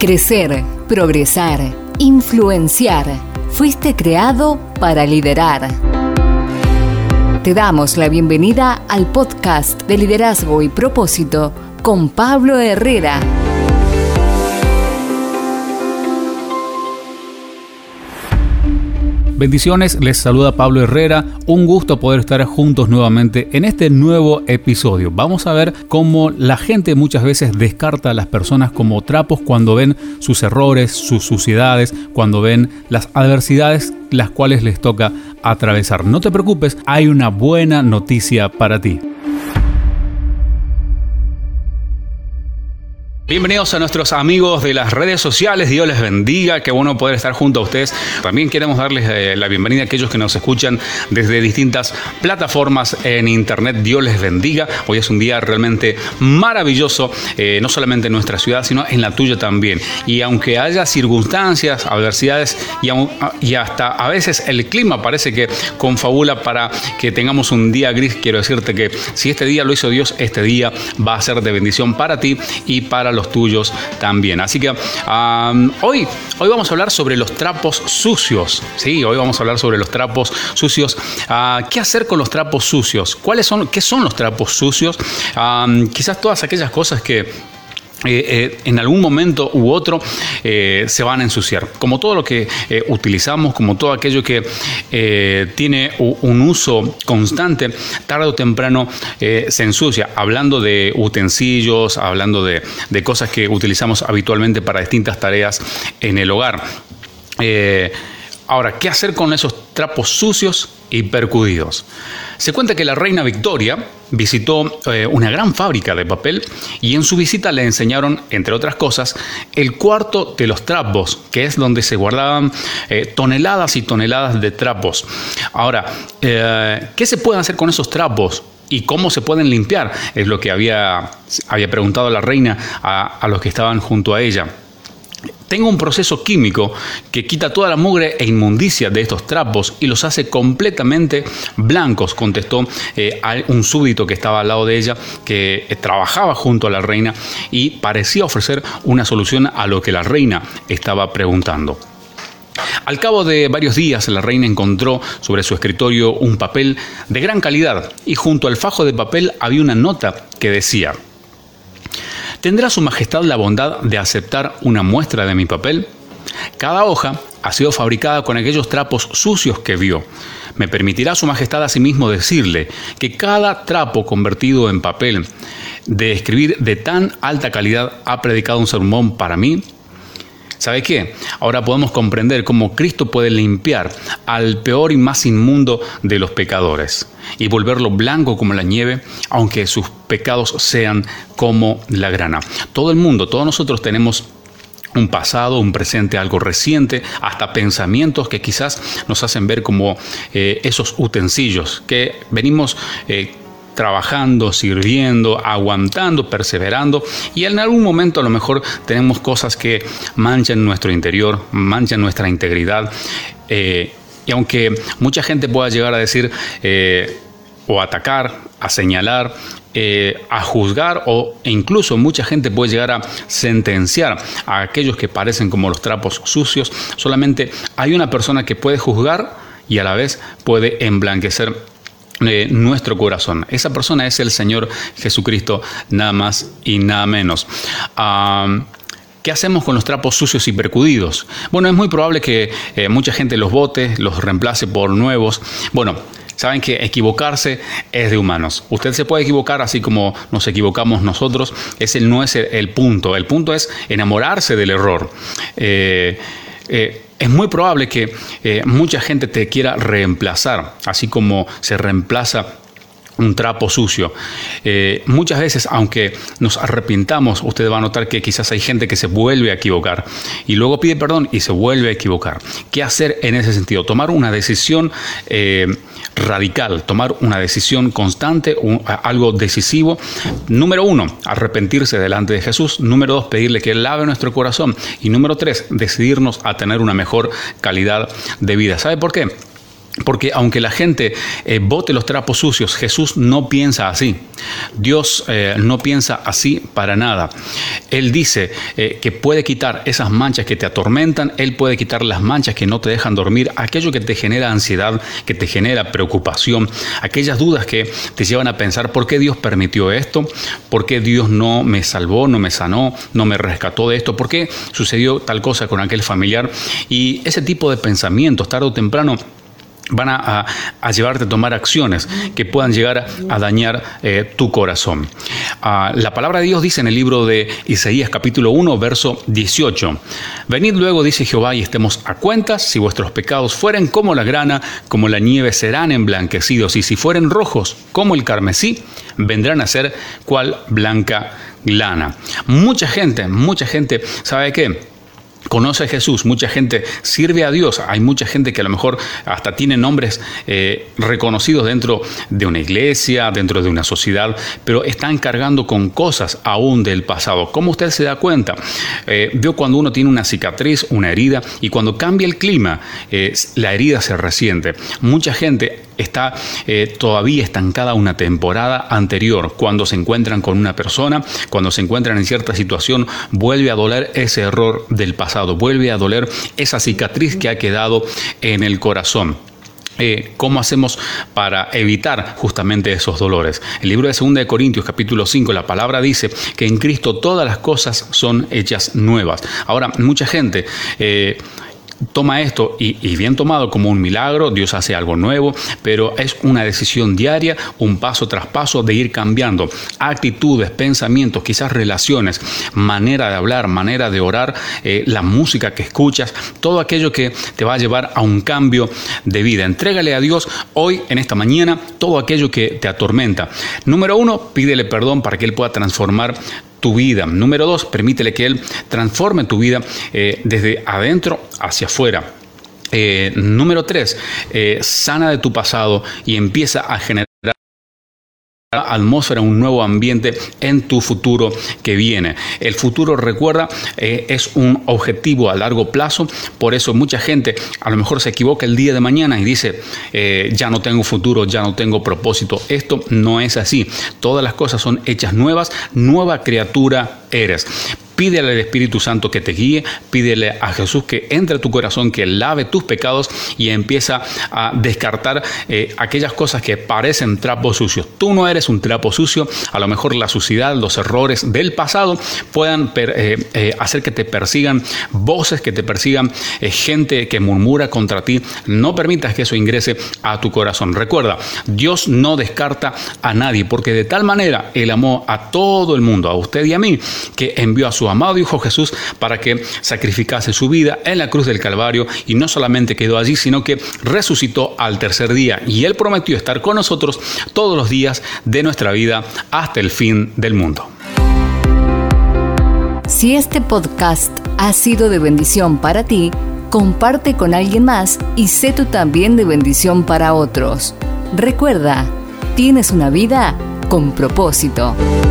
Crecer, progresar, influenciar. Fuiste creado para liderar. Te damos la bienvenida al podcast de Liderazgo y Propósito con Pablo Herrera. Bendiciones, les saluda Pablo Herrera. Un gusto poder estar juntos nuevamente en este nuevo episodio. Vamos a ver cómo la gente muchas veces descarta a las personas como trapos cuando ven sus errores, sus suciedades, cuando ven las adversidades las cuales les toca atravesar. No te preocupes, hay una buena noticia para ti. Bienvenidos a nuestros amigos de las redes sociales, Dios les bendiga, qué bueno poder estar junto a ustedes. También queremos darles la bienvenida a aquellos que nos escuchan desde distintas plataformas en internet, Dios les bendiga. Hoy es un día realmente maravilloso, no solamente en nuestra ciudad, sino en la tuya también. Y aunque haya circunstancias, adversidades y hasta a veces el clima parece que confabula para que tengamos un día gris, quiero decirte que si este día lo hizo Dios, este día va a ser de bendición para ti y para los tuyos también. Así que hoy vamos a hablar sobre los trapos sucios. Sí, hoy vamos a hablar sobre los trapos sucios. ¿Qué hacer con los trapos sucios? ¿Qué son los trapos sucios? Quizás todas aquellas cosas que en algún momento u otro se van a ensuciar. Como todo lo que utilizamos, como todo aquello que tiene un uso constante, tarde o temprano se ensucia. Hablando de utensilios, hablando de cosas que utilizamos habitualmente para distintas tareas en el hogar. Ahora, ¿qué hacer con esos trapos sucios y percudidos? Se cuenta que la reina Victoria visitó una gran fábrica de papel y en su visita le enseñaron, entre otras cosas, el cuarto de los trapos, que es donde se guardaban toneladas y toneladas de trapos. Ahora, ¿qué se puede hacer con esos trapos? ¿Y cómo se pueden limpiar? Es lo que había preguntado la reina a los que estaban junto a ella. Tengo un proceso químico que quita toda la mugre e inmundicia de estos trapos y los hace completamente blancos, contestó un súbdito que estaba al lado de ella, que trabajaba junto a la reina y parecía ofrecer una solución a lo que la reina estaba preguntando. Al cabo de varios días, la reina encontró sobre su escritorio un papel de gran calidad y junto al fajo de papel había una nota que decía: ¿tendrá su majestad la bondad de aceptar una muestra de mi papel? Cada hoja ha sido fabricada con aquellos trapos sucios que vio. ¿Me permitirá su majestad asimismo decirle que cada trapo convertido en papel de escribir de tan alta calidad ha predicado un sermón para mí? ¿Sabe qué? Ahora podemos comprender cómo Cristo puede limpiar al peor y más inmundo de los pecadores y volverlo blanco como la nieve, aunque sus pecados sean como la grana. Todo el mundo, todos nosotros tenemos un pasado, un presente, algo reciente, hasta pensamientos que quizás nos hacen ver como esos utensilios que venimos trabajando, sirviendo, aguantando, perseverando, y en algún momento a lo mejor tenemos cosas que manchan nuestro interior, manchan nuestra integridad, y aunque mucha gente pueda llegar a decir o atacar, a señalar, a juzgar e incluso mucha gente puede llegar a sentenciar a aquellos que parecen como los trapos sucios, solamente hay una persona que puede juzgar y a la vez puede emblanquecer nuestro corazón. Esa persona es el Señor Jesucristo, nada más y nada menos. ¿Qué hacemos con los trapos sucios y percudidos? Bueno, es muy probable que mucha gente los bote, los reemplace por nuevos. Bueno, saben que equivocarse es de humanos. Usted se puede equivocar así como nos equivocamos nosotros. Ese no es el punto. El punto es enamorarse del error. Es muy probable que mucha gente te quiera reemplazar, así como se reemplaza un trapo sucio. Muchas veces, aunque nos arrepintamos, usted va a notar que quizás hay gente que se vuelve a equivocar y luego pide perdón y se vuelve a equivocar. ¿Qué hacer en ese sentido? Tomar una decisión radical, tomar una decisión constante, algo decisivo. Número 1, arrepentirse delante de Jesús. Número 2, pedirle que Él lave nuestro corazón. Y número 3, decidirnos a tener una mejor calidad de vida. ¿Sabe por qué? Porque aunque la gente bote los trapos sucios, Jesús no piensa así. Dios no piensa así para nada. Él dice que puede quitar esas manchas que te atormentan, Él puede quitar las manchas que no te dejan dormir, aquello que te genera ansiedad, que te genera preocupación, aquellas dudas que te llevan a pensar ¿por qué Dios permitió esto? ¿Por qué Dios no me salvó, no me sanó, no me rescató de esto? ¿Por qué sucedió tal cosa con aquel familiar? Y ese tipo de pensamientos, tarde o temprano, van a llevarte a tomar acciones que puedan llegar a dañar tu corazón. La palabra de Dios dice en el libro de Isaías capítulo 1, verso 18: Venid luego, dice Jehová, y estemos a cuentas. Si vuestros pecados fueren como la grana, como la nieve serán emblanquecidos, y si fueren rojos como el carmesí, vendrán a ser cual blanca lana. Mucha gente, ¿sabe qué? Conoce a Jesús, mucha gente sirve a Dios, hay mucha gente que a lo mejor hasta tiene nombres reconocidos dentro de una iglesia, dentro de una sociedad, pero están cargando con cosas aún del pasado. ¿Cómo usted se da cuenta? Veo cuando uno tiene una cicatriz, una herida, y cuando cambia el clima, la herida se resiente. Mucha gente está todavía estancada una temporada anterior. Cuando se encuentran con una persona, cuando se encuentran en cierta situación, vuelve a doler ese error del pasado, vuelve a doler esa cicatriz que ha quedado en el corazón. ¿Cómo hacemos para evitar justamente esos dolores? El libro de 2 de Corintios capítulo 5, la palabra dice que en Cristo todas las cosas son hechas nuevas. Ahora, mucha gente toma esto y bien tomado como un milagro, Dios hace algo nuevo, pero es una decisión diaria, un paso tras paso de ir cambiando actitudes, pensamientos, quizás relaciones, manera de hablar, manera de orar, la música que escuchas, todo aquello que te va a llevar a un cambio de vida. Entrégale a Dios hoy, en esta mañana, todo aquello que te atormenta. Número 1, pídele perdón para que Él pueda transformar tu vida. Número 2, permítele que Él transforme tu vida desde adentro hacia afuera. Número 3, sana de tu pasado y empieza a generar atmósfera, un nuevo ambiente en tu futuro que viene. El futuro, recuerda, es un objetivo a largo plazo. Por eso mucha gente a lo mejor se equivoca el día de mañana y dice ya no tengo futuro, ya no tengo propósito. Esto no es así. Todas las cosas son hechas nuevas, nueva criatura eres. Pídele al Espíritu Santo que te guíe, pídele a Jesús que entre a tu corazón, que lave tus pecados y empieza a descartar aquellas cosas que parecen trapos sucios. Tú no eres un trapo sucio. A lo mejor la suciedad, los errores del pasado puedan hacer que te persigan voces, que te persigan gente que murmura contra ti. No permitas que eso ingrese a tu corazón. Recuerda, Dios no descarta a nadie, porque de tal manera Él amó a todo el mundo, a usted y a mí, que envió a su amado Hijo Jesús para que sacrificase su vida en la cruz del Calvario, y no solamente quedó allí, sino que resucitó al tercer día, y Él prometió estar con nosotros todos los días de nuestra vida hasta el fin del mundo. Si este podcast ha sido de bendición para ti, comparte con alguien más y sé tú también de bendición para otros. Recuerda, tienes una vida con propósito.